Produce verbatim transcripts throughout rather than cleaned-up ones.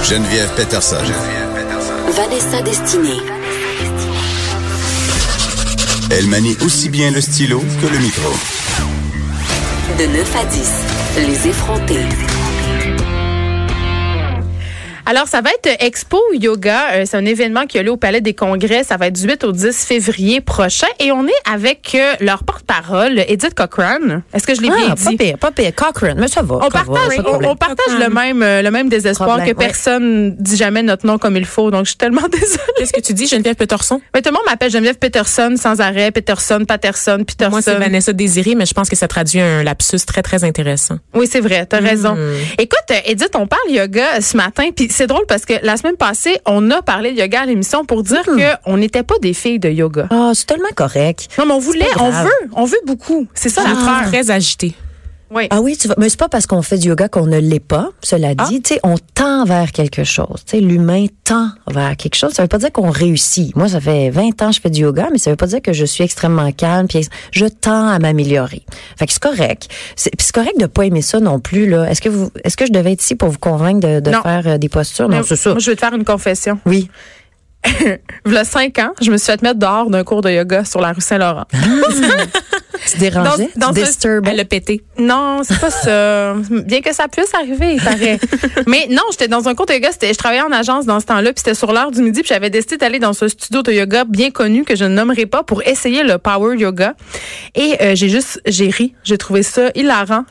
Geneviève Peterson. Vanessa Destinée. Elle manie aussi bien le stylo que le micro. De neuf à dix, les effrontés. Alors, ça va être Expo Yoga. Euh, c'est un événement qui a lieu au Palais des Congrès. Ça va être du huit au dix février prochain. Et on est avec euh, leur porte-parole, Edith Cochrane. Est-ce que je l'ai ah, bien dit? Pas pire, pas pire. Cochrane, mais ça va. On partage, va, on, on partage le même, euh, le même désespoir Problème, que personne ouais. dit jamais notre nom comme il faut. Donc, je suis tellement désolée. Qu'est-ce que tu dis, Geneviève Peterson? Mais tout le monde m'appelle Geneviève Peterson sans arrêt. Peterson, Patterson, Peterson. Moi, c'est Vanessa Désirée, mais je pense que ça traduit un lapsus très, très intéressant. Oui, c'est vrai. T'as mmh. raison. Écoute, Edith, on parle yoga ce matin. Puis c'est drôle parce que la semaine passée, on a parlé de yoga à l'émission pour dire mmh. qu'on n'était pas des filles de yoga. Ah, oh, c'est tellement correct. Non, mais on voulait, on veut, on veut beaucoup. C'est ça ah, l'affaire. Très agité. Oui. Ah oui, tu vas, mais c'est pas parce qu'on fait du yoga qu'on ne l'est pas. Cela dit, ah. tu sais, on tend vers quelque chose. Tu sais, l'humain tend vers quelque chose. Ça veut pas dire qu'on réussit. Moi, ça fait vingt ans que je fais du yoga, mais ça veut pas dire que je suis extrêmement calme. Puis je tends à m'améliorer. Fait que c'est correct. C'est, puis c'est correct de pas aimer ça non plus là. Est-ce que vous, est-ce que je devais être ici pour vous convaincre de, de faire euh, des postures? Non, mais, c'est ça. Moi, je vais te faire une confession. Oui. Il y a cinq ans, je me suis fait mettre dehors d'un cours de yoga sur la rue Saint-Laurent. Tu dérangeais? Dans, dans tu disturbais? Elle a pété. Non, c'est pas ça. Bien que ça puisse arriver, il paraît. Mais non, j'étais dans un cours de yoga. C'était, je travaillais en agence dans ce temps-là, puis c'était sur l'heure du midi, puis j'avais décidé d'aller dans ce studio de yoga bien connu que je ne nommerai pas pour essayer le power yoga. Et euh, j'ai juste, j'ai ri. J'ai trouvé ça hilarant.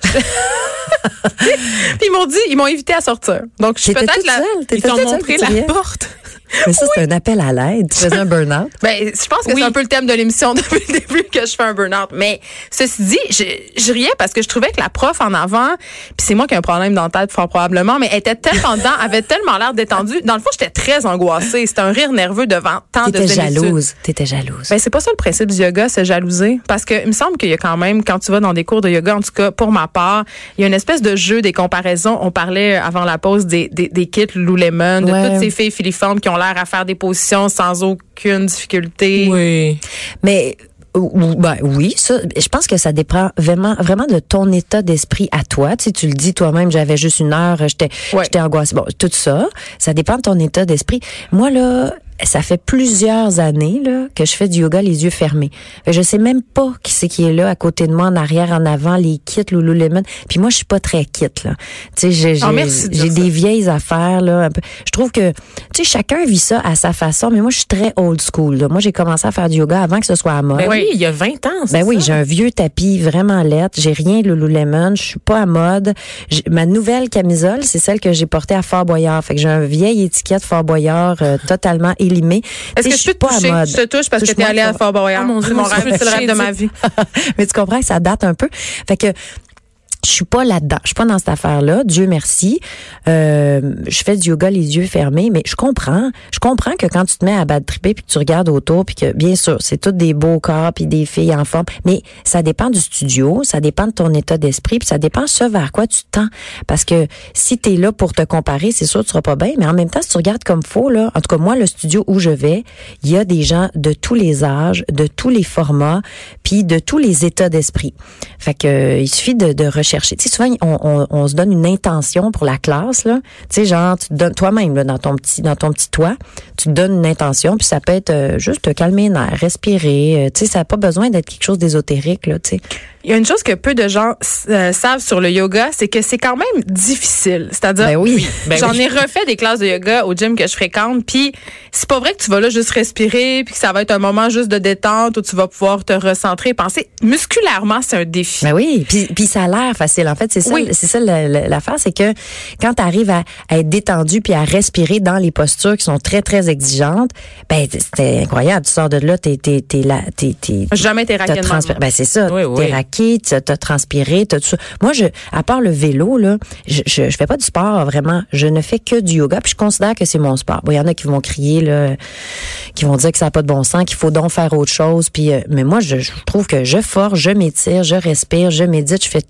Puis ils m'ont dit, ils m'ont invité à sortir. Donc je suis T'étais peut-être la. Ils t'ont montré la porte. Mais ça, oui. c'est un appel à l'aide. Tu faisais un burn-out? Ben, je pense que oui. c'est un peu le thème de l'émission depuis le début que je fais un burn-out. Mais ceci dit, je, je riais parce que je trouvais que la prof en avant, puis c'est moi qui ai un problème dans la tête fort probablement, mais elle était tellement dedans, avait tellement l'air détendue. Dans le fond, j'étais très angoissée. C'était un rire nerveux devant tant T'étais de zénitude. jalouse. T'étais jalouse. Ben, c'est pas ça le principe du yoga, c'est jalouser. Parce que il me semble qu'il y a quand même, quand tu vas dans des cours de yoga, en tout cas pour ma part, il y a une espèce de jeu, des comparaisons. On parlait avant la pause des, des, des kits Lululemon, de ouais. toutes ces filles filiformes qui ont l'air à faire des positions sans aucune difficulté. Oui. Mais ben oui, ça, je pense que ça dépend vraiment, vraiment de ton état d'esprit à toi. Tu sais, tu le dis toi-même, j'avais juste une heure, j'étais, ouais. j'étais angoissée. Bon, tout ça, ça dépend de ton état d'esprit. Moi, là, ça fait plusieurs années là que je fais du yoga les yeux fermés. Je sais même pas qui c'est qui est là à côté de moi, en arrière, en avant, les kits Lululemon. Puis moi, je suis pas très kit là. Tu sais, j'ai, j'ai, oh, j'ai des vieilles affaires là. Un peu. Je trouve que, tu sais, chacun vit ça à sa façon. Mais moi, je suis très old school. Là. Moi, j'ai commencé à faire du yoga avant que ce soit à mode. Ben oui, il y a vingt ans. C'est ben ça? oui, j'ai un vieux tapis vraiment laid. J'ai rien de Lululemon. Je suis pas à mode. J'ai, ma nouvelle camisole, c'est celle que j'ai portée à Fort Boyard. Fait que j'ai un vieil étiquette Fort Boyard euh, totalement élimé. Est-ce que je peux te toucher? Je te touche parce que t'es allée à Fort Boyard. Oh mon Dieu, mon rêve, c'est le rêve de ma vie. Mais tu comprends que ça date un peu. Fait que je suis pas là-dedans. Je suis pas dans cette affaire-là. Dieu merci. Euh, je fais du yoga les yeux fermés, mais je comprends. Je comprends que quand tu te mets à bad tripper puis que tu regardes autour puis que, bien sûr, c'est tous des beaux corps puis des filles en forme, mais ça dépend du studio, ça dépend de ton état d'esprit puis ça dépend ce vers quoi tu tends. Parce que si t'es là pour te comparer, c'est sûr que tu seras pas bien, mais en même temps, si tu regardes comme faut, là, en tout cas, moi, le studio où je vais, il y a des gens de tous les âges, de tous les formats puis de tous les états d'esprit. Fait que, euh, il suffit de, de rechercher. Tu sais, souvent, on, on, on se donne une intention pour la classe, là. Tu sais, genre, tu te donnes toi-même, là, dans ton petit, dans ton petit toit, tu te donnes une intention, puis ça peut être euh, juste te calmer les nerfs, respirer. Euh, tu sais, ça n'a pas besoin d'être quelque chose d'ésotérique, là, tu sais. Il y a une chose que peu de gens euh, savent sur le yoga, c'est que c'est quand même difficile. C'est-à-dire, ben oui, ben j'en oui. ai refait des classes de yoga au gym que je fréquente, puis c'est pas vrai que tu vas là juste respirer, puis que ça va être un moment juste de détente où tu vas pouvoir te recentrer, penser. Musculairement, c'est un défi. Ben oui, puis puis ça a l'air facile. En fait, c'est ça, oui. c'est ça l'affaire, c'est que quand tu arrives à, à être détendu puis à respirer dans les postures qui sont très très exigeantes, ben c'est incroyable. Tu sors de là, t'es t'es t'es là, t'es t'es. Jamais t'es raqué. Transpir- ben c'est ça, oui, oui. t'es raqué. Tu as transpiré, t'as tout ça. Moi, je, à part le vélo, là, je, je, je fais pas du sport, vraiment. Je ne fais que du yoga, puis je considère que c'est mon sport. Bon, il y en a qui vont crier, là, qui vont dire que ça n'a pas de bon sens, qu'il faut donc faire autre chose. Puis, euh, mais moi, je, je trouve que je force, je m'étire, je respire, je médite, je fais tout sur mon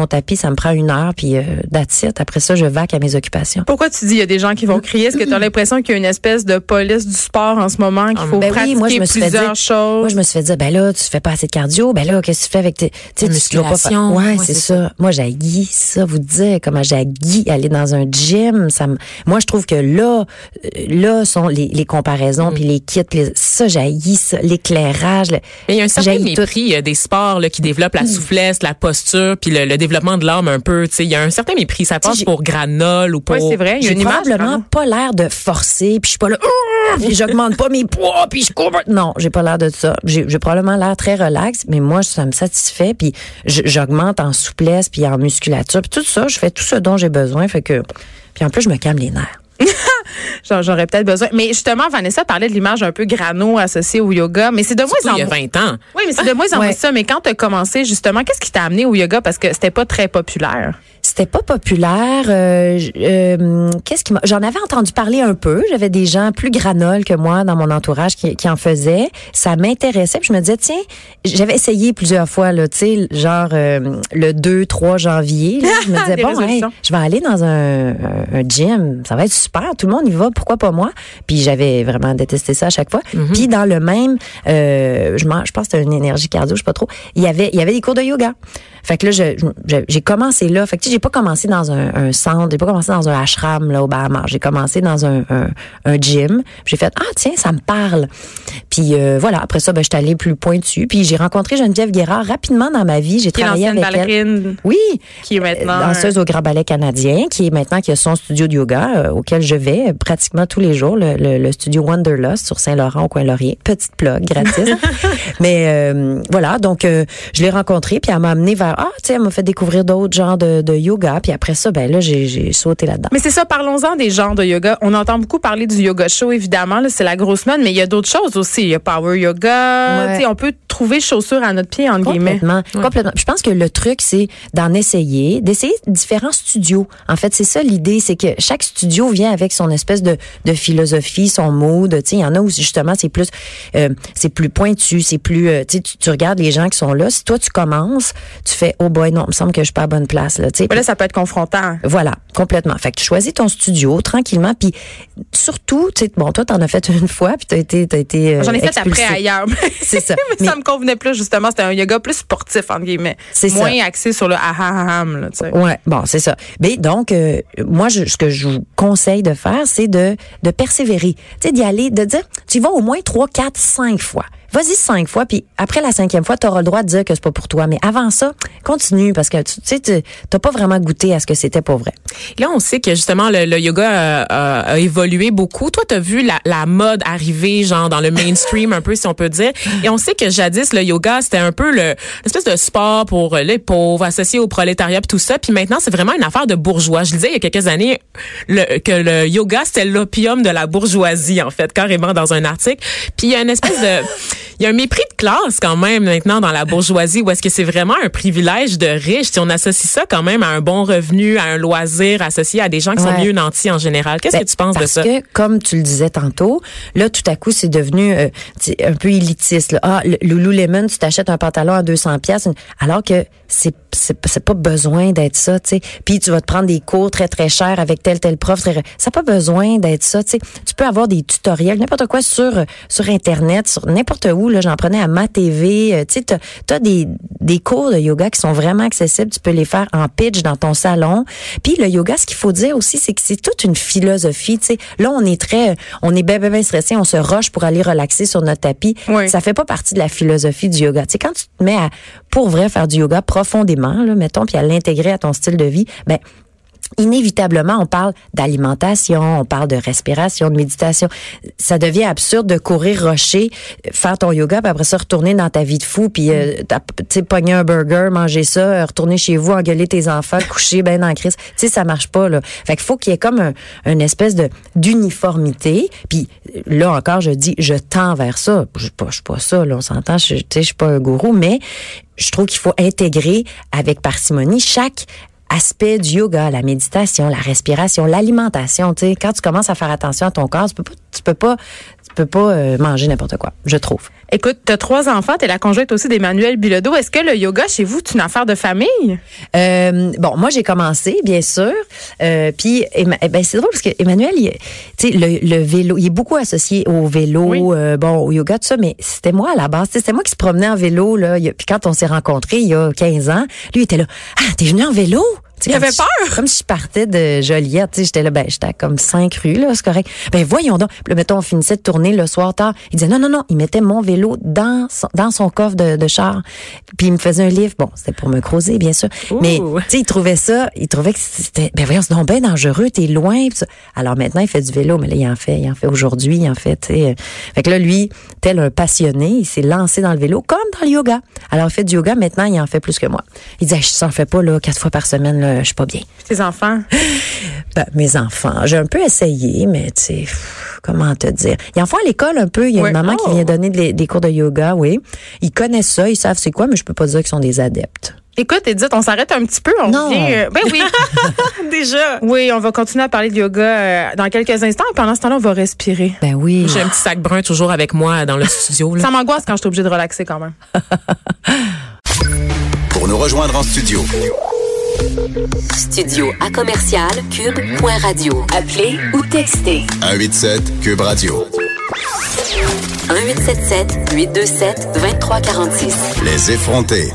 tapis, ça me prend une heure, puis euh, that's it. Après ça, je vaque à mes occupations. Pourquoi tu dis il y a des gens qui vont crier? Est-ce que tu as l'impression qu'il y a une espèce de police du sport en ce moment, qu'il faut ben pratiquer oui, moi, je me suis plusieurs fait dire, choses? Moi, je me suis fait dire, ben là, tu fais pas assez de cardio, ben là, qu'est-ce que tu fais avec tes, tu sais, tu dois pas faire. Ouais, ouais c'est, c'est ça. ça. Moi, j'haïs ça, vous dire comment j'haïs aller dans un gym. Ça me, moi, je trouve que là, là sont les, les comparaisons, mm. puis les kits, les, ça, j'haïs ça, l'éclairage. Le, Mais il y a un certain mépris tout. des sports là, qui développent la souplesse, la posture, puis le, le développement de l'âme un peu. Tu sais, il y a un certain mépris. Ça passe pour granola ou pour. Oui, c'est vrai. Il y a une image. J'ai probablement pas l'air de forcer, puis je suis pas là. Puis j'augmente pas mes poids, puis je cours. Non, j'ai pas l'air de ça. J'ai, j'ai probablement l'air très relax, mais moi, ça me satisfait, puis j'augmente en souplesse, puis en musculature, puis tout ça, je fais tout ce dont j'ai besoin, fait que. Puis en plus, je me calme les nerfs. J'aurais peut-être besoin. Mais justement, Vanessa parlait de l'image un peu grano associée au yoga. Mais c'est de moins en moins. Il y a vingt ans. Oui, mais c'est de moins en moins ouais. ça. Mais quand tu as commencé, justement, qu'est-ce qui t'a amené au yoga? Parce que c'était pas très populaire. C'était pas populaire. Euh, euh, qu'est-ce qui m'a... J'en avais entendu parler un peu. J'avais des gens plus granoles que moi dans mon entourage qui, qui en faisaient. Ça m'intéressait. Puis je me disais, tiens, j'avais essayé plusieurs fois, là, tu sais, genre euh, le deux trois janvier. Là, je me disais, bon, hey, je vais aller dans un, un, un gym. Ça va être super. Tout le monde y va. Pourquoi pas moi? Puis j'avais vraiment détesté ça à chaque fois. Mm-hmm. Puis dans le même, euh, je, je pense que c'était une énergie cardio, je sais pas trop. Il y avait, il y avait des cours de yoga. Fait que là, je, je, j'ai commencé là. Fait que tu sais, j'ai pas commencé dans un, un centre, j'ai pas commencé dans un ashram là au Bahamas. J'ai commencé dans un, un, un gym. J'ai fait ah tiens, ça me parle. Puis euh, voilà. Après ça, ben je suis allée plus pointu. Puis j'ai rencontré Geneviève Guérard rapidement dans ma vie. J'ai qui travaillé avec elle. Oui. Qui est maintenant danseuse au Grand Ballet canadien, qui est maintenant qui a son studio de yoga euh, auquel je vais pratiquement tous les jours, le, le, le studio Wanderlust sur Saint-Laurent au coin Laurier. Petite plug gratis. Mais euh, voilà. Donc euh, je l'ai rencontrée puis elle m'a amenée vers ah, tu sais, elle m'a fait découvrir d'autres genres de, de yoga. Puis après ça, ben là, j'ai, j'ai sauté là-dedans. Mais c'est ça, parlons-en des genres de yoga. On entend beaucoup parler du yoga show, évidemment. Là, c'est la grosse mode, mais il y a d'autres choses aussi. Il y a power yoga. Ouais. Tu sais, on peut trouver chaussures à notre pied, entre guillemets. Complètement. Ouais. Complètement. Je pense que le truc, c'est d'en essayer, d'essayer différents studios. En fait, c'est ça l'idée, c'est que chaque studio vient avec son espèce de, de philosophie, son mood. Tu sais, il y en a où justement, c'est plus, euh, c'est plus pointu, c'est plus, euh, tu sais, tu regardes les gens qui sont là. Si toi, tu commences, tu fais, oh boy, non, il me semble que je suis pas à bonne place, là, tu sais. Là, ça peut être confrontant. Voilà, complètement. Fait que tu choisis ton studio tranquillement, puis surtout, tu sais, bon, toi, t'en as fait une fois, puis t'as été, t'as été euh, J'en ai fait expulsé. après ailleurs. C'est ça. mais, mais ça me convenait plus, justement. C'était un yoga plus sportif, entre guillemets. C'est moins ça. Axé sur le ahaham, là, tu sais. Ouais, bon, c'est ça. Mais donc, euh, moi, je, ce que je vous conseille de faire, c'est de, de persévérer. Tu sais, d'y aller, de dire, tu y vas au moins trois, quatre, cinq fois. Vas-y cinq fois, puis après la cinquième fois, tu auras le droit de dire que c'est pas pour toi. Mais avant ça, continue, parce que tu sais, tu t'as pas vraiment goûté à ce que c'était pour vrai. Là, on sait que justement, le, le yoga a, a, a évolué beaucoup. Toi, tu as vu la, la mode arriver, genre dans le mainstream, un peu, si on peut dire. Et on sait que jadis, le yoga, c'était un peu le l'espèce de sport pour les pauvres, associé au prolétariat, pis tout ça. Puis maintenant, c'est vraiment une affaire de bourgeois. Je disais il y a quelques années le, que le yoga, c'était l'opium de la bourgeoisie, en fait, carrément dans un article. Puis il y a une espèce de... Il y a un mépris de classe quand même maintenant dans la bourgeoisie où est-ce que c'est vraiment un privilège de riche. Si on associe ça quand même à un bon revenu, à un loisir associé à des gens qui ouais. sont mieux nantis en général. Qu'est-ce ben, que tu penses de ça? Parce que, comme tu le disais tantôt, là, tout à coup, c'est devenu euh, un peu élitiste. Là. Ah, le Lululemon, tu t'achètes un pantalon à deux cents piastres, alors que c'est c'est, c'est pas besoin d'être ça, tu sais. Puis tu vas te prendre des cours très, très chers avec tel, tel prof. Très, ça n'a pas besoin d'être ça, tu sais. Tu peux avoir des tutoriels, n'importe quoi sur sur Internet, sur n'importe où. Là, j'en prenais à Ma T V. Tu sais, t'as, t'as des, des cours de yoga qui sont vraiment accessibles. Tu peux les faire en pitch dans ton salon. Puis le yoga, ce qu'il faut dire aussi, c'est que c'est toute une philosophie, tu sais. Là, on est très, on est bien, bien, bien stressé, on se rush pour aller relaxer sur notre tapis. Oui. Ça fait pas partie de la philosophie du yoga. Tu sais, quand tu te mets à, pour vrai, faire du yoga profondément, là, mettons, puis à l'intégrer à ton style de vie, ben, inévitablement, on parle d'alimentation, on parle de respiration, de méditation. Ça devient absurde de courir, rusher, faire ton yoga, puis après ça, retourner dans ta vie de fou, puis euh, tu sais, pogner un burger, manger ça, retourner chez vous, engueuler tes enfants, coucher ben dans la crise. Tu sais, ça marche pas, là. Fait qu'il faut qu'il y ait comme un, une espèce de d'uniformité. Puis là encore, je dis, je tends vers ça. Je suis pas, je suis pas ça, là, on s'entend, je, tu sais, je suis pas un gourou, mais je trouve qu'il faut intégrer avec parcimonie chaque aspect du yoga, la méditation, la respiration, l'alimentation. Tu sais, quand tu commences à faire attention à ton corps, tu peux pas, tu peux pas, Tu peux pas euh, manger n'importe quoi, je trouve. Écoute, tu as trois enfants, tu es la conjointe aussi d'Emmanuel Bilodeau. Est-ce que le yoga chez vous, c'est une affaire de famille? Euh, bon, moi, j'ai commencé, bien sûr. Euh, puis, ben, c'est drôle parce que Emmanuel, il, tu sais, le, le vélo, il est beaucoup associé au vélo, oui. euh, bon, au yoga, tout ça, mais c'était moi à la base. C'était moi qui se promenais en vélo, là. Puis quand on s'est rencontrés il y a quinze ans, lui, il était là. Ah, t'es venu en vélo? Il avait peur. Je, comme si je partais de Joliette, tu sais, j'étais là, ben, j'étais à comme cinq rues, là, c'est correct. Ben, voyons donc. Puis là, mettons, on finissait de tourner le soir tard. Il disait, non, non, non, il mettait mon vélo dans son, dans son coffre de, de char. Puis il me faisait un livre. Bon, c'était pour me creuser, bien sûr. Ouh. Mais, tu sais, il trouvait ça, il trouvait que c'était, ben, voyons, c'est donc bien dangereux, t'es loin. Pis ça. Alors maintenant, il fait du vélo, mais là, il en fait, il en fait aujourd'hui, il en fait, tu sais. Fait que là, lui, tel un passionné, il s'est lancé dans le vélo, comme dans le yoga. Alors, il fait du yoga, maintenant, il en fait plus que moi. Il dit, je s'en fais pas, là, quatre fois par semaine, là, je suis pas bien. Tes enfants? Ben, mes enfants. J'ai un peu essayé, mais tu sais, comment te dire? Ils en font à l'école un peu. Il y a oui. une maman oh. qui vient donner des, des cours de yoga, oui. Ils connaissent ça, ils savent c'est quoi, mais je peux pas dire qu'ils sont des adeptes. Écoute, Edith, on s'arrête un petit peu. On non. Revient, euh, ben oui. Déjà. Oui, on va continuer à parler de yoga euh, dans quelques instants. Et pendant ce temps-là, on va respirer. Ben oui. J'ai un petit sac brun toujours avec moi dans le studio. Là. Ça m'angoisse quand je suis obligée de relaxer quand même. Pour nous rejoindre en studio. Studio à commercial cube point radio. Appelez ou textez. un huit sept Cube Radio. un huit sept sept huit deux sept deux trois quatre six. Les effrontés.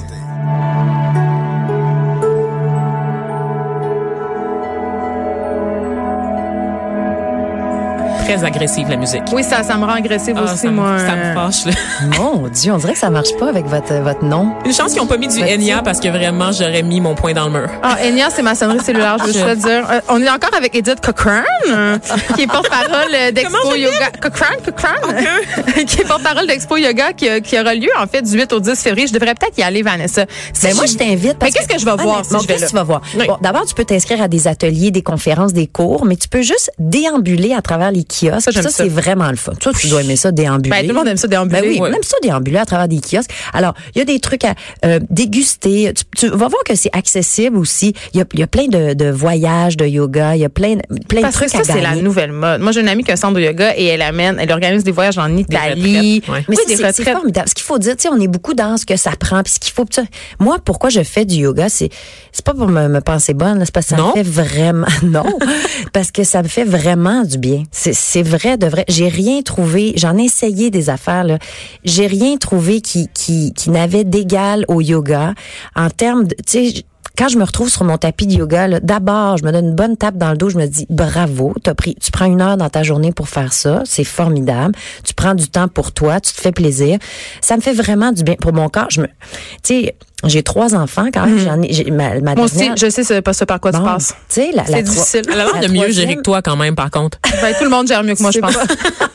Très agressive, la musique. Oui, ça, ça me rend agressive ah, aussi, ça moi. Me, ça me fâche, là. Mon Dieu, on dirait que ça marche pas avec votre, votre nom. Une chance qu'ils n'ont pas mis du Enya parce que vraiment, j'aurais mis mon poing dans le mur. Ah, Enya, c'est ma sonnerie cellulaire, je veux juste le dire. Euh, on est encore avec Edith Cochrane, euh, qui est porte-parole d'Expo Yoga. Cochrane, Cochrane. Okay. Qui est porte-parole d'Expo Yoga qui, qui aura lieu, en fait, du huit au dix février. Je devrais peut-être y aller, Vanessa. Ben moi, je t'invite. Mais qu'est-ce que je vais voir si bon, je vais qu'est-ce là? que tu vas voir? Oui. Bon, d'abord, tu peux t'inscrire à des ateliers, des conférences, des cours, mais tu peux juste déambuler à travers les kiosques. Ça, ça, ça. c'est vraiment le fun. Toi, tu dois aimer ça, déambuler. Ben, tout le monde aime ça, déambuler. Ben oui, ouais. on aime ça, déambuler à travers des kiosques. Alors, il y a des trucs à euh, déguster. Tu, tu vas voir que c'est accessible aussi. Il y a, il y a plein de, de voyages de yoga. Il y a plein, plein Parce de trucs que ça, à gagner. C'est la nouvelle mode. Moi, j'ai une amie qui a un centre de yoga et elle amène, elle organise des voyages en Italie. Ouais. Mais oui, c'est, c'est, c'est formidable. Ce qu'il faut dire, tu sais, on est beaucoup dans ce que ça prend. Puis ce qu'il faut. Moi, pourquoi je fais du yoga, c'est, c'est pas pour me, me penser bonne, là, c'est parce que ça non. me fait vraiment, non, parce que ça me fait vraiment du bien. C'est, c'est vrai, de vrai. J'ai rien trouvé. J'en ai essayé des affaires, là. J'ai rien trouvé qui, qui, qui n'avait d'égal au yoga en termes de, tu sais, quand je me retrouve sur mon tapis de yoga, là, d'abord, je me donne une bonne tape dans le dos, je me dis bravo, t'as pris, tu prends une heure dans ta journée pour faire ça, c'est formidable. Tu prends du temps pour toi, tu te fais plaisir. Ça me fait vraiment du bien pour mon corps. Je me, tu sais, j'ai trois enfants quand même. Mmh. J'en ai, j'ai, ma, ma Moi dernière, aussi, je sais c'est pas ça par quoi bon, tu passes. Tu sais, la, c'est la difficile. Elle a l'air de mieux gérer que toi quand même, par contre. Ben, tout le monde gère mieux que moi, je pense.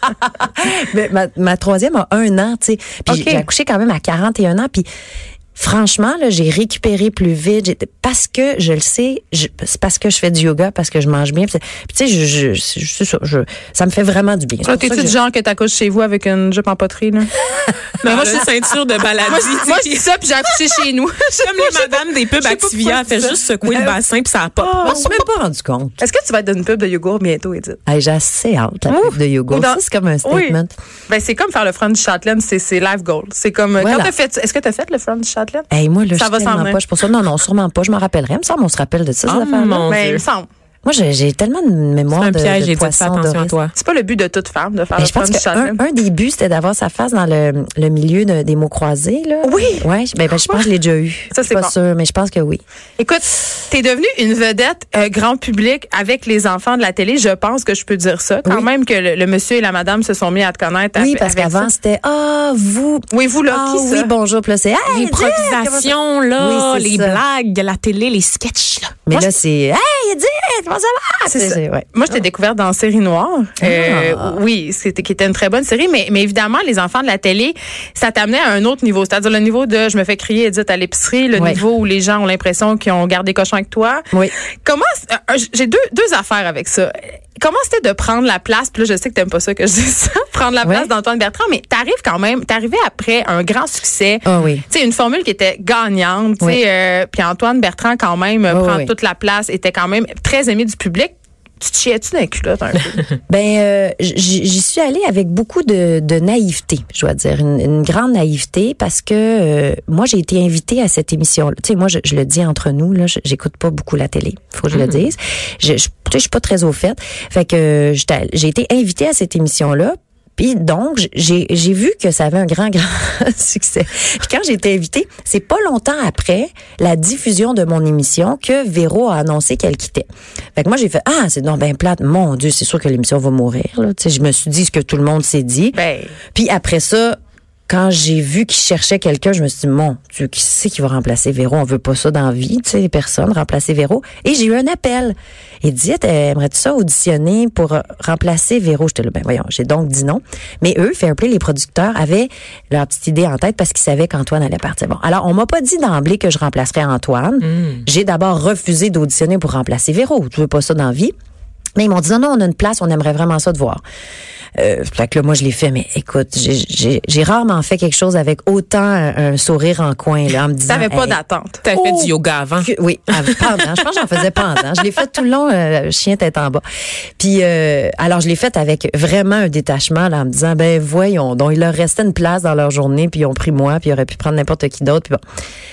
Mais ma, ma troisième a un an, tu sais. Puis okay. j'ai accouché quand même à quarante et un ans, puis franchement, là, j'ai récupéré plus vite. J'ai, parce que je le sais, je, c'est parce que je fais du yoga, parce que je mange bien. Puis, tu sais, je, je, je, je, ça, je, ça me fait vraiment du bien. Toi, t'es-tu du je... genre que t'accouches chez vous avec une jupe en poterie, là? Mais moi, je suis ceinture de maladie. moi, moi je dis ça, puis j'ai accouché chez nous. Comme les madames des pubs Activia, elle fait juste secouer le bassin, puis ça a pas. Oh, moi, je suis même pas rendu compte. Est-ce que tu vas être dans une pub de yogourt bientôt, Edith? Hey, j'ai assez hâte, la pub de yogourt. Dans... Ça, c'est comme un statement. Oui. Ben, c'est comme faire le front du Châtelaine, c'est, c'est life goal. C'est comme, voilà. Quand t'as fait, est-ce que t'as fait le front du Châtelaine? Hey, moi, là, ça va s'en pas, je pour ça. Non, non, sûrement pas. Je m'en rappellerai. Il me semble, on se rappelle de ça, oh, cette affaire-là. Mais il me semble. Moi, j'ai, j'ai tellement de mémoire c'est un de, piège, de poisson. Attention à toi. C'est pas le but de toute femme de faire mais le je pense front du Châtelaine. Un, un des buts, c'était d'avoir sa face dans le, le milieu de, des mots croisés, là. Oui. Ouais. Ben, ben, je pense que je l'ai déjà eu. Ça, c'est je suis pas bon. sûre, mais je pense que oui. Écoute, t'es devenue une vedette euh, grand public avec les enfants de la télé. Je pense que je peux dire ça. Quand oui. même que le, le monsieur et la madame se sont mis à te connaître. Oui, avec, parce avec qu'avant, ça. c'était, ah, vous. Oui, vous, là, ah, qui ça? Oui, bonjour. Puis là, c'est, hey, l'improvisation, là, oui, les ça. blagues, la télé, les sketchs, là. Mais Moi, là, c'est, hey, Edith, comment ça va? C'est, c'est ça. C'est, ouais. Moi, je t'ai découverte dans Série Noire. Ah. Euh, oui, c'était qui était une très bonne série, mais, mais évidemment, les enfants de la télé, ça t'amenait à un autre niveau. C'est-à-dire le niveau de je me fais crier Edith à l'épicerie, le oui. niveau où les gens ont l'impression qu'ils ont gardé cochon avec toi. Oui. Comment, euh, j'ai deux, deux affaires avec ça. Comment c'était de prendre la place, puis là, je sais que t'aimes pas ça que je dise ça, prendre la place ouais. d'Antoine Bertrand, mais t'arrives quand même, t'arrivais après un grand succès. Oh oui. Tu sais, une formule qui était gagnante, tu sais, oui. euh, puis Antoine Bertrand quand même oh prend oui. toute la place, était quand même très aimé du public. Tu te chiais-tu dans les culottes un peu? Ben, euh, j'y j'y suis allée avec beaucoup de, de naïveté, je dois dire, une, une grande naïveté, parce que euh, moi, j'ai été invitée à cette émission-là. Tu sais, moi, je, je le dis entre nous, là, j'écoute pas beaucoup la télé, faut que je mm-hmm. le dise. Je, je, tu sais, je suis pas très au fait. Fait que j'ai été invitée à cette émission-là. Puis donc, j'ai j'ai vu que ça avait un grand, grand succès. Puis quand j'ai été invitée, c'est pas longtemps après la diffusion de mon émission que Véro a annoncé qu'elle quittait. Fait que moi, j'ai fait, ah, c'est donc ben plate. Mon Dieu, c'est sûr que l'émission va mourir, là. Tu sais, je me suis dit ce que tout le monde s'est dit. Ben. Puis après ça, quand j'ai vu qu'il cherchait quelqu'un, je me suis dit, mon Dieu, qui c'est qui va remplacer Véro? On veut pas ça dans la vie, tu sais, personne, remplacer Véro. Et j'ai eu un appel. Il dit, aimerais-tu ça auditionner pour remplacer Véro? J'étais là, ben voyons, j'ai donc dit non. Mais eux, Fairplay, les producteurs, avaient leur petite idée en tête parce qu'ils savaient qu'Antoine allait partir. Bon, alors, on m'a pas dit d'emblée que je remplacerais Antoine. Mm. J'ai d'abord refusé d'auditionner pour remplacer Véro. Tu veux pas ça dans la vie? Mais ils m'ont dit, non, non, on a une place, on aimerait vraiment ça de voir. Euh, fait que là, moi, je l'ai fait, mais écoute, j'ai, j'ai, j'ai rarement fait quelque chose avec autant un, un sourire en coin, là, en me disant. T'avais pas hey, d'attente. T'avais oh, fait du yoga avant? Que, oui, pendant. Je pense que j'en faisais pendant. Je l'ai fait tout le long, euh, chien tête en bas. Puis, euh, alors, je l'ai fait avec vraiment un détachement, là, en me disant, ben, voyons. Donc, il leur restait une place dans leur journée, puis ils ont pris moi, puis ils auraient pu prendre n'importe qui d'autre, puis bon.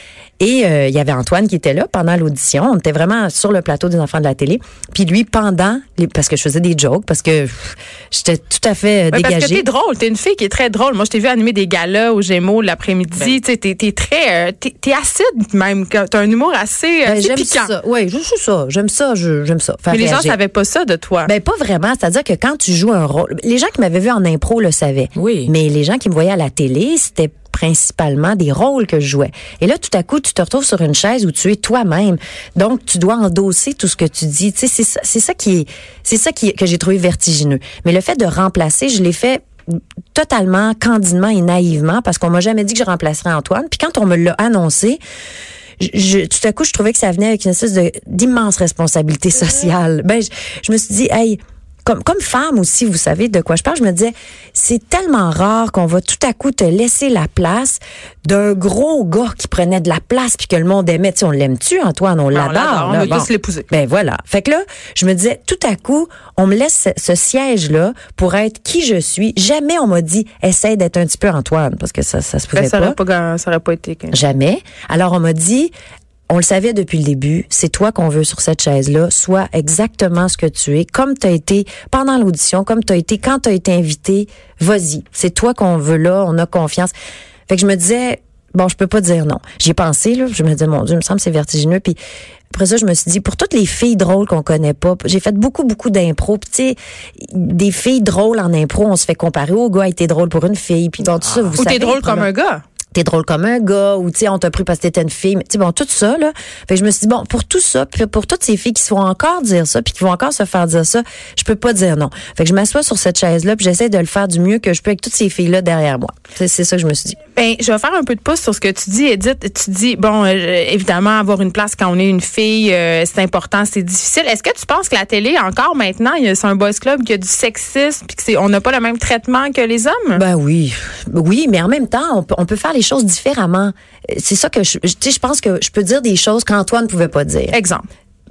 Et euh, il y avait Antoine qui était là pendant l'audition. On était vraiment sur le plateau des enfants de la télé. Puis lui, pendant, les, parce que je faisais des jokes, parce que pff, j'étais tout à fait ouais, dégagée. Parce que t'es drôle. T'es une fille qui est très drôle. Moi, je t'ai vu animer des galas au Gémeaux l'après-midi. Ben. Tu sais, t'es, t'es très... T'es, t'es acide même. T'as un humour assez, ben, assez j'aime piquant. Ça. Oui, je suis ça. J'aime ça. Je, j'aime ça. Mais les réagir. gens savaient pas ça de toi. Ben pas vraiment. C'est-à-dire que quand tu joues un rôle... Les gens qui m'avaient vu en impro le savaient. Oui. Mais les gens qui me voyaient à la télé, c'était principalement des rôles que je jouais. Et là, tout à coup, tu te retrouves sur une chaise où tu es toi-même. Donc, tu dois endosser tout ce que tu dis. Tu sais, c'est ça, c'est ça qui est, c'est ça qui est, que j'ai trouvé vertigineux. Mais le fait de remplacer, je l'ai fait totalement, candidement et naïvement parce qu'on m'a jamais dit que je remplacerais Antoine. Puis quand on me l'a annoncé, Je, je, tout à coup, je trouvais que ça venait avec une espèce de, d'immense responsabilité sociale. Ben, je, je me suis dit, hey, comme, comme femme aussi, vous savez de quoi je parle, je me disais, c'est tellement rare qu'on va tout à coup te laisser la place d'un gros gars qui prenait de la place puis que le monde aimait. Tu sais, on l'aime-tu, Antoine? On l'adore. On l'adore, on là, veut bon. tous l'épouser. Ben voilà. Fait que là, je me disais, tout à coup, on me laisse ce, ce siège-là pour être qui je suis. Jamais on m'a dit, essaie d'être un petit peu Antoine, parce que ça, ça se pouvait ben, ça pas. Aurait pas. Ça aurait pas été. Quand... Jamais. Alors, on m'a dit, on le savait depuis le début, c'est toi qu'on veut sur cette chaise-là, sois exactement ce que tu es, comme tu as été pendant l'audition, comme tu as été quand tu as été invité, vas-y, c'est toi qu'on veut là, on a confiance. Fait que je me disais, bon, je peux pas dire non. J'y ai pensé, là, je me disais, mon Dieu, il me semble que c'est vertigineux, puis après ça, je me suis dit, pour toutes les filles drôles qu'on connaît pas, j'ai fait beaucoup, beaucoup d'impro, puis tu sais, des filles drôles en impro, on se fait comparer au gars, t'es drôle pour une fille, puis bon, tout ça, vous Ou savez. t'es drôle comme un gars. T'es drôle comme un gars, ou tu sais, on t'a pris parce que t'étais une fille. Tu sais, bon, tout ça, là. Fait que je me suis dit, bon, pour tout ça, puis pour toutes ces filles qui se font encore dire ça, puis qui vont encore se faire dire ça, je peux pas dire non. Fait que je m'assois sur cette chaise-là, puis j'essaie de le faire du mieux que je peux avec toutes ces filles-là derrière moi. C'est, c'est ça que je me suis dit. Ben, je vais faire un peu de pouce sur ce que tu dis, Edith. Tu dis, bon, euh, évidemment, avoir une place quand on est une fille, euh, c'est important, c'est difficile. Est-ce que tu penses que la télé, encore maintenant, il y a, c'est un boys club qui a du sexisme, puis que c'est, on n'a pas le même traitement que les hommes? Ben oui. Oui, mais en même temps, on peut, on peut faire les choses différemment. C'est ça que je, tu sais, je pense que je peux dire des choses qu'Antoine pouvait pas dire. Exemple.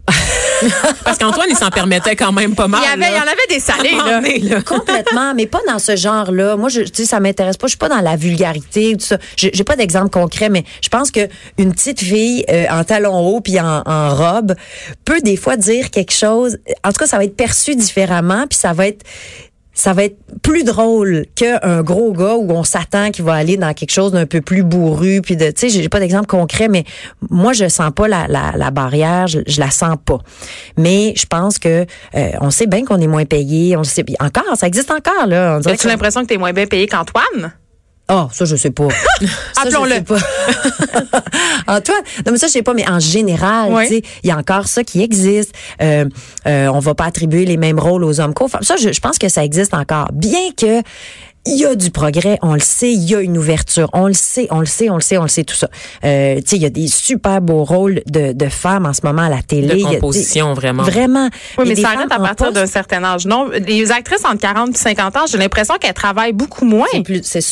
Parce qu'Antoine, il s'en permettait quand même pas mal. Il y avait, il y en avait des salés, là. Donné, là. Complètement, mais pas dans ce genre-là. Moi, je, tu sais, ça m'intéresse pas. Je suis pas dans la vulgarité ou tout ça. J'ai, j'ai pas d'exemple concret, mais je pense que une petite fille euh, en talons hauts puis en, en robe peut des fois dire quelque chose. En tout cas, ça va être perçu différemment, puis ça va être ça va être plus drôle qu'un gros gars où on s'attend qu'il va aller dans quelque chose d'un peu plus bourru, puis de, tu sais, j'ai pas d'exemple concret, mais moi je sens pas la la, la barrière, je, je la sens pas. Mais je pense que euh, on sait bien qu'on est moins payé, on sait encore, ça existe encore là. On As-tu l'impression que t'es moins bien payé qu'Antoine? Ah, oh, ça, je sais pas. Ça, Appelons-le. Je sais pas. Antoine, non, mais ça, je sais pas, mais en général, oui. Tu sais, il y a encore ça qui existe. Euh, euh, on va pas attribuer les mêmes rôles aux hommes qu'aux femmes. Ça, je, je pense que ça existe encore. Bien que, il y a du progrès, on le sait, il y a une ouverture, on le sait, on le sait, on le sait, on le sait, tout ça. Euh, tu sais, il y a des super beaux rôles de, de femmes en ce moment à la télé. De composition, vraiment. Vraiment. Oui, mais ça arrête à partir d'un certain âge. Non, les actrices entre quarante et cinquante ans, j'ai l'impression qu'elles travaillent beaucoup moins. C'est plus, c'est sûr.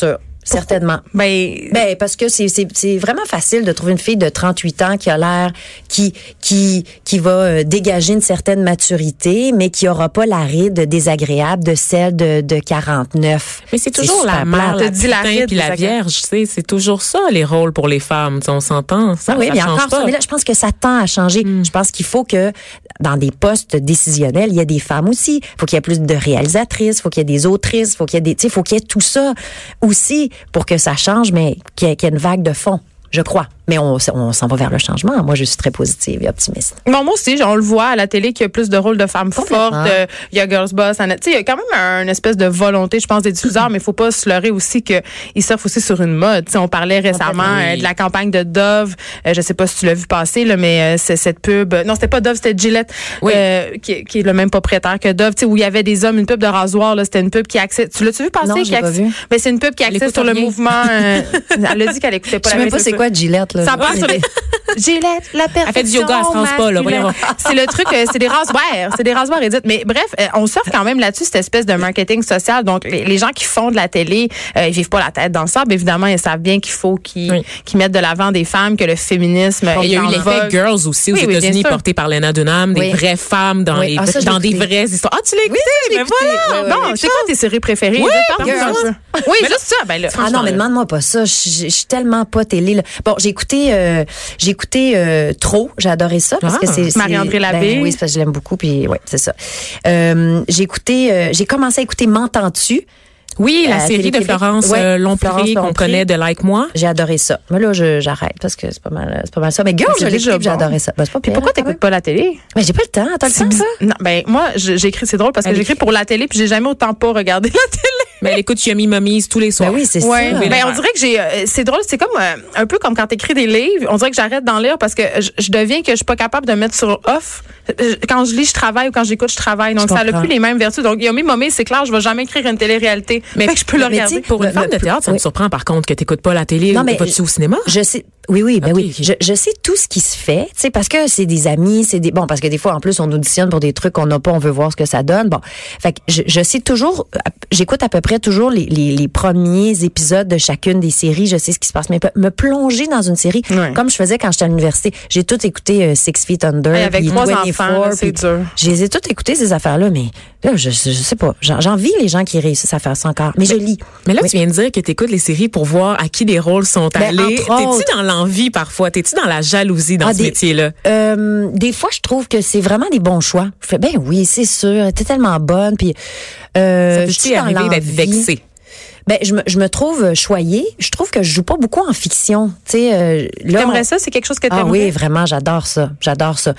Certainement. Ben, Ben parce que c'est c'est c'est vraiment facile de trouver une fille de trente-huit ans qui a l'air qui qui qui va euh, dégager une certaine maturité mais qui aura pas la ride désagréable de celle de de quarante-neuf. Mais c'est toujours super la mère, plate. la Dis la putain ride puis la désagréable. vierge, tu sais, c'est toujours ça les rôles pour les femmes, tu sais, on s'entend, ça, Ah oui, ça mais change encore pas. ça. Mais là, je pense que ça tend à changer. Je pense qu'il faut que dans des postes décisionnels, il y a des femmes aussi. Il faut qu'il y ait plus de réalisatrices, il faut qu'il y ait des autrices, il faut qu'il y ait des, tu sais, faut qu'il y ait tout ça aussi pour que ça change, mais qu'il y ait, qu'il y ait une vague de fond, je crois. Mais on, on s'en va vers le changement. Moi, je suis très positive et optimiste. Bon, moi aussi, on le voit à la télé qu'il y a plus de rôles de femmes Complètement. fortes. Euh, Il y a Girls Boss. Anna- Tu sais, il y a quand même un- une espèce de volonté, je pense, des diffuseurs, mais il faut pas se leurrer aussi qu'ils surfent aussi sur une mode. Tu sais, on parlait récemment Complètement. euh, de la campagne de Dove. Euh, je sais pas si tu l'as vu passer, là, mais euh, c'est cette pub. Non, c'était pas Dove, c'était Gillette, Oui. euh, qui, qui est le même propriétaire que Dove. Tu sais, où il y avait des hommes, une pub de rasoir. Là, c'était une pub qui accède. Tu l'as-tu vu passer? Non, je qui l'ai pas accède- vu. Mais c'est une pub qui Elle accède écoute sur le rien. mouvement. euh, elle a dit qu'elle écoutait pas Je sais la même pas musique. c'est quoi Gillette, là. Ça part sur les... Gillette, la perfection. Elle fait du yoga, elle se rase pas, là, masculine. voyons. C'est le truc, euh, c'est des rasoirs. C'est des rasoirs Edith. Mais bref, euh, on surfe quand même là-dessus, cette espèce de marketing social. Donc, les, les gens qui font de la télé, euh, ils vivent pas la tête dans le sable. Évidemment, ils savent bien qu'il faut qu'ils Oui. qu'ils mettent de l'avant des femmes, que le féminisme Il y a est eu en l'effet vogue. Girls aussi aux Oui, oui, bien États-Unis, sûr. porté par Lena Dunham, des Oui. vraies femmes dans Oui. les Ah, ça, je dans l'ai des écouté. vraies histoires. Ah, tu l'as écouté, Oui, mais écoutez, voilà. ouais, bon, c'est quoi tes séries préférées? Oui, Parle-nous un Girls. peu. Oui, juste ça. Ben là, Ah non, franchement, mais là. demande-moi pas ça. Je je- je suis tellement pas télé. Là. Bon, j'ai écouté, euh, j'ai écouté euh, trop. J'ai adoré ça parce Ah. que c'est c'est- Marie-André Labbé. Ben, oui, c'est parce que je l'aime beaucoup. Puis ouais, c'est ça. Euh, j'ai écouté, euh, j'ai commencé à écouter M'entends-tu. Oui, la À série de Télé-Québec. Florence Ouais, euh, Lompré Florence qu'on Lompré. connaît de Like Moi. J'ai adoré ça. Mais là, je, j'arrête parce que c'est pas mal, c'est pas mal ça. Mais Girls, C'est je l'ai déjà écouté, j'ai bon. adoré ça. Ben, c'est pas Puis pire, pourquoi quand même. t'écoutes pas la télé? Mais j'ai pas le temps. T'as le temps, ça? Non, ben moi, je- j'écris, c'est drôle parce que Elle j'écris écrit. pour la télé puis j'ai jamais autant pas regardé la télé. Mais elle écoute Yummy Mummies tous les soirs. Ben oui, c'est Ouais. ça. Ben, on dirait que j'ai. euh, c'est drôle, c'est comme euh, un peu comme quand t'écris des livres. On dirait que j'arrête d'en lire parce que je, je deviens que je suis pas capable de mettre sur off. Euh, Quand je lis, je travaille ou quand j'écoute, je travaille. Donc Je ça n'a comprends. plus les mêmes vertus. Donc Yummy Mommy, c'est clair, je vais jamais écrire une télé-réalité. Mais je peux le mais regarder. tu sais, Pour une Le- femme le de plus- théâtre, ça me oui. surprend par contre que t'écoutes pas la télé. Non, mais Vas-tu au cinéma? Je sais. Oui, oui, ben Ok, oui. ok. Je, je sais tout ce qui se fait, tu sais, parce que c'est des amis, c'est des bon, parce que des fois en plus on auditionne pour des trucs qu'on n'a pas, on veut voir ce que ça donne. Bon, fait que je, je sais toujours, j'écoute à peu près toujours les, les, les premiers épisodes de chacune des séries. Je sais ce qui se passe, mais me plonger dans une série Ouais. comme je faisais quand j'étais à l'université. J'ai tout écouté euh, Six Feet Under, Hey, avec puis trois vingt-quatre, enfants, là, c'est puis dur. Je les ai toutes écoutées ces affaires-là, mais là, je, je, je sais pas. J'en- J'envie les gens qui réussissent à faire ça encore, mais, je lis. Mais là, Oui. tu viens de dire que tu écoutes les séries pour voir à qui les rôles sont Ben, allés. entre autres. T'es-tu dans l'envie parfois? T'es-tu dans la jalousie dans Ah, ce des- métier-là? Euh, des fois, je trouve que c'est vraiment des bons choix. Je fais, ben oui, c'est sûr, t'es tellement bonne. Puis, euh, Ça je suis peut-tu dans arriver d'être l'envie. vexée? Ben, je me, je me trouve choyée. Je trouve que je joue pas beaucoup en fiction. Tu sais, euh, là, T'aimerais on- ça? C'est quelque chose que Ah t'aimerais? oui, vraiment, j'adore ça. J'adore ça.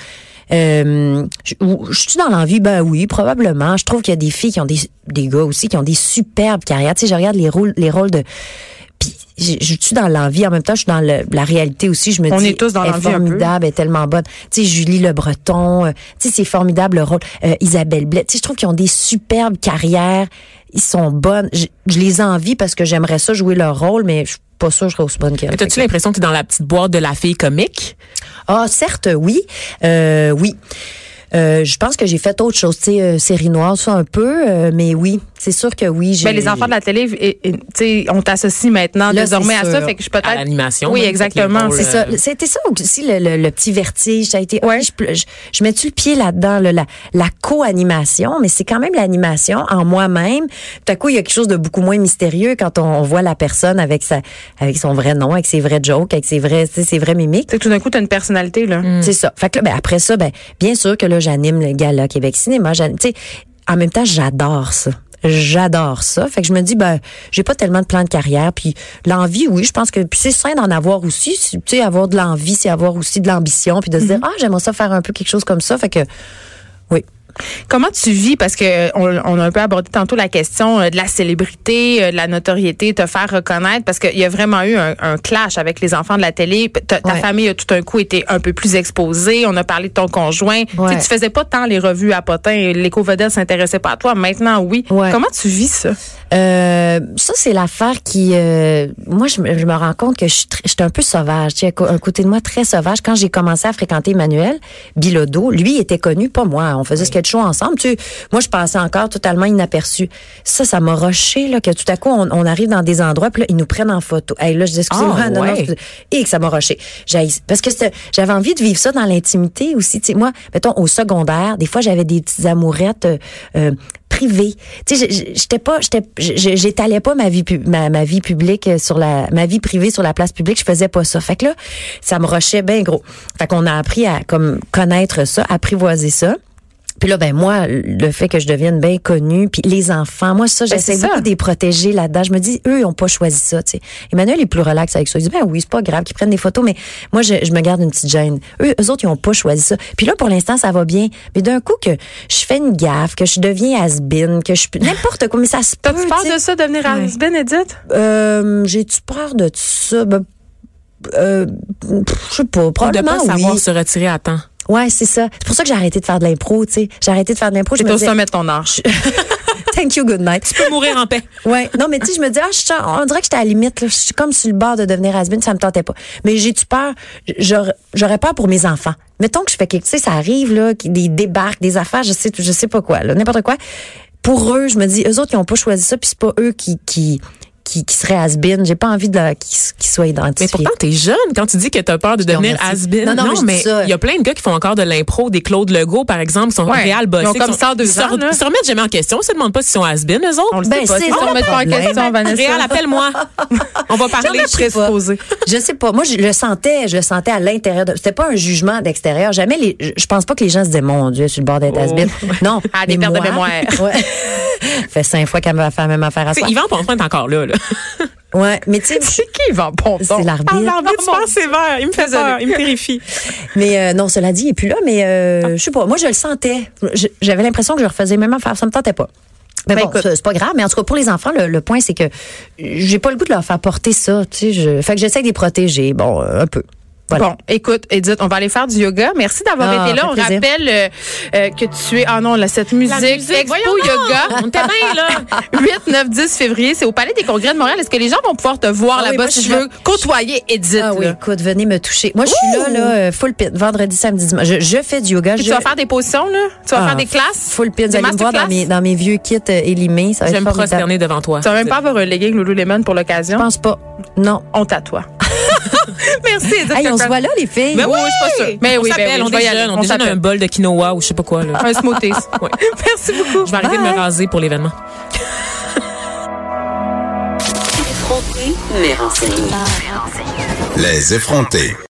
Euh, je, ou- je suis dans l'envie, ben oui, probablement. Je trouve qu'il y a des filles qui ont des, des gars aussi qui ont des superbes carrières. Tu sais, je regarde les rôles, les rôles de. Puis je, je suis dans l'envie. En même temps, je suis dans le- la réalité aussi. Je me On dis, est tous dans elle est l'envie un peu. formidable, elle est tellement bonne. Tu sais, Julie Le Breton, euh, tu sais, c'est formidable le rôle. Euh, Isabelle Blais, tu sais, je trouve qu'ils ont des superbes carrières. Ils sont bonnes. Je, je les envie parce que j'aimerais ça jouer leur rôle, mais je suis pas sûre que je serais aussi bonne qu'elles. Mais t'as-tu l'impression que t'es dans la petite boîte de la fille comique? Ah, certes, oui. Euh, oui. Euh, je pense que j'ai fait autre chose, tu sais, euh, série noire, ça un peu, euh, mais oui, c'est sûr que oui. J'ai... Ben, les enfants de la télé, et- et, tu sais, on t'associe maintenant Là, désormais c'est à ça, sûr. fait que je peut-être. À l'animation, Oui, même, exactement. avec les C'est rôles, ça. C'était ça aussi, le, le, le petit vertige. Ça a été. Ouais. Je, je, je mets-tu le pied là-dedans, là, la, la co-animation, mais c'est quand même l'animation en moi-même. Tout à coup, il y a quelque chose de beaucoup moins mystérieux quand on, on voit la personne avec sa, avec son vrai nom, avec ses vrais jokes, avec ses vrais, tu sais, ses vraies mimiques. Tu sais, tout d'un coup, t'as une personnalité, là. C'est ça. Fait que là, ben, après ça, ben, bien sûr que là, j'anime le gala Québec Cinéma. J'anime- Tu sais, en même temps, j'adore ça. J'adore ça. Fait que je me dis, ben, j'ai pas tellement de plan de carrière. Puis l'envie, oui, je pense que puis c'est sain d'en avoir aussi. Tu sais, avoir de l'envie, c'est avoir aussi de l'ambition. Puis de se dire, ah, j'aimerais ça faire un peu quelque chose comme ça. Fait que, oui. Comment tu vis, parce que euh, on, on a un peu abordé tantôt la question euh, de la célébrité, euh, de la notoriété, te faire reconnaître, parce qu'il y a vraiment eu un, un clash avec les enfants de la télé. Ta, ta Ouais. famille a tout d'un coup été un peu plus exposée. On a parlé de ton conjoint. Ouais. Tu sais, tu faisais pas tant les revues à potins. L'éco-vedette s'intéressait pas à toi. Maintenant, oui. Ouais. Comment tu vis ça? Euh, ça, c'est l'affaire qui... euh, moi, je, me- je me rends compte que je suis tr- j'étais un peu sauvage. Tu sais, un côté de moi très sauvage. Quand j'ai commencé à fréquenter Emmanuel Bilodeau, lui était connu, pas moi. On faisait ce sketch notre show ensemble. Tu sais, moi, je passais encore totalement inaperçu. Ça, ça m'a rushé, là, que tout à coup, on, on arrive dans des endroits, puis là, ils nous prennent en photo. Hey, là, je dis, excusez-moi, oh, non, ouais. non, excusez. Et que ça m'a rushé. J'ai, parce que c'était, j'avais envie de vivre ça dans l'intimité aussi. Tu sais, moi, mettons, au secondaire, des fois, j'avais des petites amourettes, euh, euh, privée. Tu sais, j'étais pas, j'étais, j'étalais pas ma vie, ma, ma vie publique sur la, ma vie privée sur la place publique. Je faisais pas ça. Fait que là, ça me rushait bien gros. Fait qu'on a appris à comme connaître ça, apprivoiser ça. Puis là, ben moi, le fait que je devienne bien connue, puis les enfants, moi ça, ben, j'essaie beaucoup de les protéger là-dedans. Je me dis, eux, ils ont pas choisi ça. Tu sais. Emmanuel est plus relax avec ça. Il dit, ben oui, c'est pas grave qu'ils prennent des photos, mais moi, je, je me garde une petite gêne. Eux, eux autres, ils ont pas choisi ça. Puis là, pour l'instant, ça va bien. Mais d'un coup que je fais une gaffe, que je deviens has-been, que je n'importe quoi, mais ça se peut. T'as-tu peur de ça, devenir ouais. has-been, Edith? Euh, j'ai-tu peur de ça? Ben, euh, je sais pas. Probablement, de pas savoir oui. se retirer à temps. Ouais, c'est ça. C'est pour ça que j'ai arrêté de faire de l'impro, tu sais. J'ai arrêté de faire de l'impro. C'est je me au disais, sommet de ton âge. Thank you, good night. Tu peux mourir en paix. Ouais. Non, mais tu sais, je me dis, ah, je, on dirait que j'étais à la limite, là. Je suis comme sur le bord de devenir has-been, ça me tentait pas. Mais j'ai-tu peur? J'aurais, j'aurais peur pour mes enfants. Mettons que je fais quelque, tu sais, ça arrive, là, des débarques, des affaires, je sais, je sais pas quoi, là, n'importe quoi. Pour eux, je me dis, eux autres, ils ont pas choisi ça, puis c'est pas eux qui, qui, qui, qui seraient has-been. J'ai pas envie de la, qu'ils, qu'ils soient identifiés. Mais pourtant, t'es jeune quand tu dis que t'as peur de devenir has-been. Non, non, non, mais il y a plein de gars qui font encore de l'impro, des Claude Legault, par exemple, qui sont ouais, réels bossés. Ils ont comme ça deux ils ans, se, là. ils se remettent jamais en question. Ils se demandent pas s'ils sont has-been, eux autres. On le Ben, sait pas. c'est Ils ça, se remettent pas en problème. question, Vanessa. Réal, appelle-moi. On va parler. Jamais, je sais pas. Je sais pas. Moi, je le sentais, je le sentais à l'intérieur. De, c'était pas un jugement d'extérieur. Jamais les, je pense pas que les gens se disaient, mon Dieu, sur le bord d'être has-been. Non. Ah, des pertes de mémoire. Ouais. Fait cinq fois qu'elle va faire la même affaire à soi. Yvan Ponton est encore là, là. Ouais, mais tu sais, C'est qui Yvan Ponton? c'est l'arbitre. Ah, l'arbitre super sévère. Il me fait peur. Il me terrifie. Mais euh, non, cela dit, il est plus là, mais euh, je sais pas. Moi, je le sentais. Je- j'avais l'impression que je refaisais même affaire. Ça me tentait pas. Mais Ben, bon, écoute. c'est c'est pas grave. Mais en tout cas, pour les enfants, le, le point, c'est que j'ai pas le goût de leur faire porter ça. Tu sais, je, fait que j'essaie de les protéger. Bon, euh, un peu. Voilà. Bon, écoute, Edith, on va aller faire du yoga. Merci d'avoir Ah, été là. ça On fait plaisir. rappelle euh, euh, que tu es... Ah non, là, cette musique. musique, Expo voyons Yoga. On était bien, là. huit, neuf, dix février. C'est au Palais des Congrès de Montréal. Est-ce que les gens vont pouvoir te voir Ah oui, là-bas moi, si je je suis veux côtoyer Edith? Ah oui, là? écoute, venez me toucher. Moi, je suis là, là, euh, full pit, vendredi, samedi, dimanche. Je, je fais du yoga. Puis je, tu vas faire des positions, là? Tu vas Ah, faire des classes? Full pit. Vous Des allez me voir dans masterclass? mes, dans mes vieux kits euh, élimés. Ça va Je vais être me formidable. prosterner devant toi. Tu vas même pas avoir un legging Lululemon pour Je l'occasion? pense pas. Non. Honte à toi. Merci, Edith. Hey, on se voit là, les filles. Ben oui, je suis pas sûre. Mais on oui, ben s'appelle, oui, on je vais y déjeune, aller. on On déjeune s'appelle. un bol de quinoa ou je sais pas quoi, là. Un smoothie. Ouais. Merci beaucoup. Je vais arrêter de me raser pour l'événement. Effronté, mais renseigné. Les effrontés.